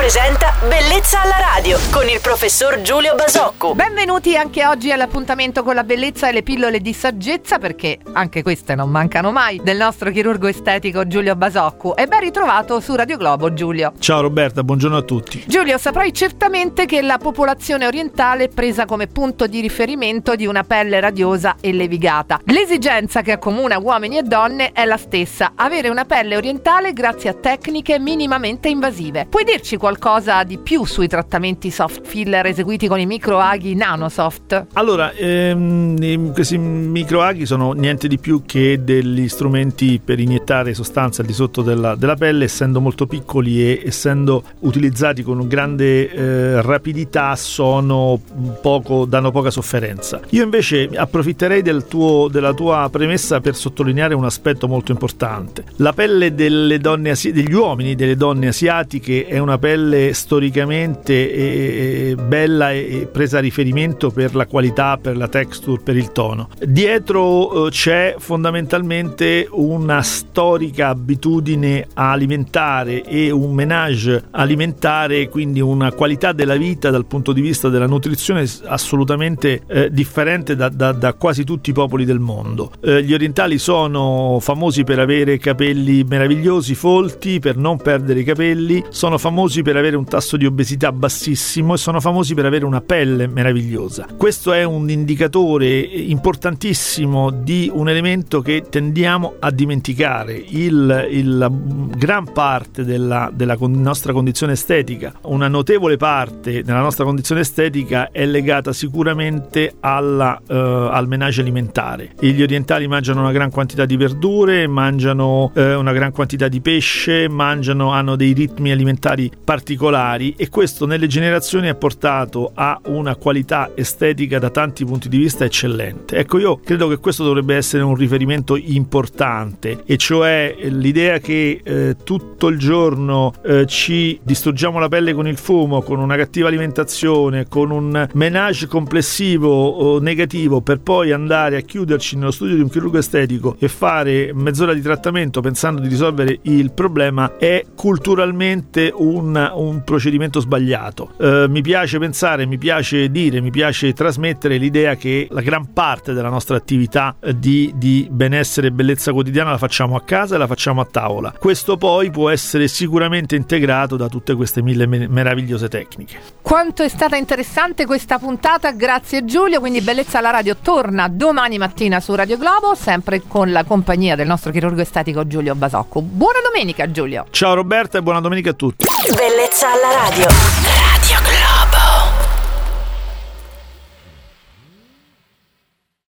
presenta Bellezza alla radio con il professor Giulio Basocco. Benvenuti anche oggi all'appuntamento con la bellezza e le pillole di saggezza, perché anche queste non mancano mai, del nostro chirurgo estetico Giulio Basocco. E ben ritrovato su Radio Globo, Giulio. Ciao Roberta, buongiorno a tutti. Giulio, saprai certamente che la popolazione orientale è presa come punto di riferimento di una pelle radiosa e levigata. L'esigenza che accomuna uomini e donne è la stessa: avere una pelle orientale grazie a tecniche minimamente invasive. Puoi dirci qualcosa di più sui trattamenti soft filler eseguiti con i microaghi Nanosoft? Allora, questi microaghi sono niente di più che degli strumenti per iniettare sostanza al di sotto della pelle, essendo molto piccoli e essendo utilizzati con grande rapidità danno poca sofferenza. Io invece approfitterei della tua premessa per sottolineare un aspetto molto importante. La pelle degli uomini, delle donne asiatiche, è una pelle storicamente bella e presa a riferimento per la qualità, per la texture, per il tono. Dietro c'è fondamentalmente una storica abitudine alimentare e un ménage alimentare, quindi una qualità della vita dal punto di vista della nutrizione assolutamente differente da quasi tutti i popoli del mondo. Gli orientali sono famosi per avere capelli meravigliosi, folti, per non perdere i capelli, sono famosi per avere un tasso di obesità bassissimo e sono famosi per avere una pelle meravigliosa. Questo è un indicatore importantissimo di un elemento che tendiamo a dimenticare. La gran parte della nostra condizione estetica, una notevole parte della nostra condizione estetica è legata sicuramente al ménage alimentare. Gli orientali mangiano una gran quantità di verdure, mangiano una gran quantità di pesce, hanno dei ritmi alimentari particolari, e questo nelle generazioni ha portato a una qualità estetica da tanti punti di vista eccellente. Ecco, io credo che questo dovrebbe essere un riferimento importante, e cioè l'idea che tutto il giorno ci distruggiamo la pelle con il fumo, con una cattiva alimentazione, con un ménage complessivo negativo, per poi andare a chiuderci nello studio di un chirurgo estetico e fare mezz'ora di trattamento pensando di risolvere il problema, è culturalmente un procedimento sbagliato. Mi piace pensare, mi piace dire, mi piace trasmettere l'idea che la gran parte della nostra attività di benessere e bellezza quotidiana la facciamo a casa e la facciamo a tavola. Questo poi può essere sicuramente integrato da tutte queste mille meravigliose tecniche. Quanto è stata interessante questa puntata, grazie Giulio. Quindi Bellezza alla radio torna domani mattina su Radio Globo, sempre con la compagnia del nostro chirurgo estetico Giulio Basocco. Buona domenica Giulio. Ciao Roberta e buona domenica a tutti. Bellezza alla radio.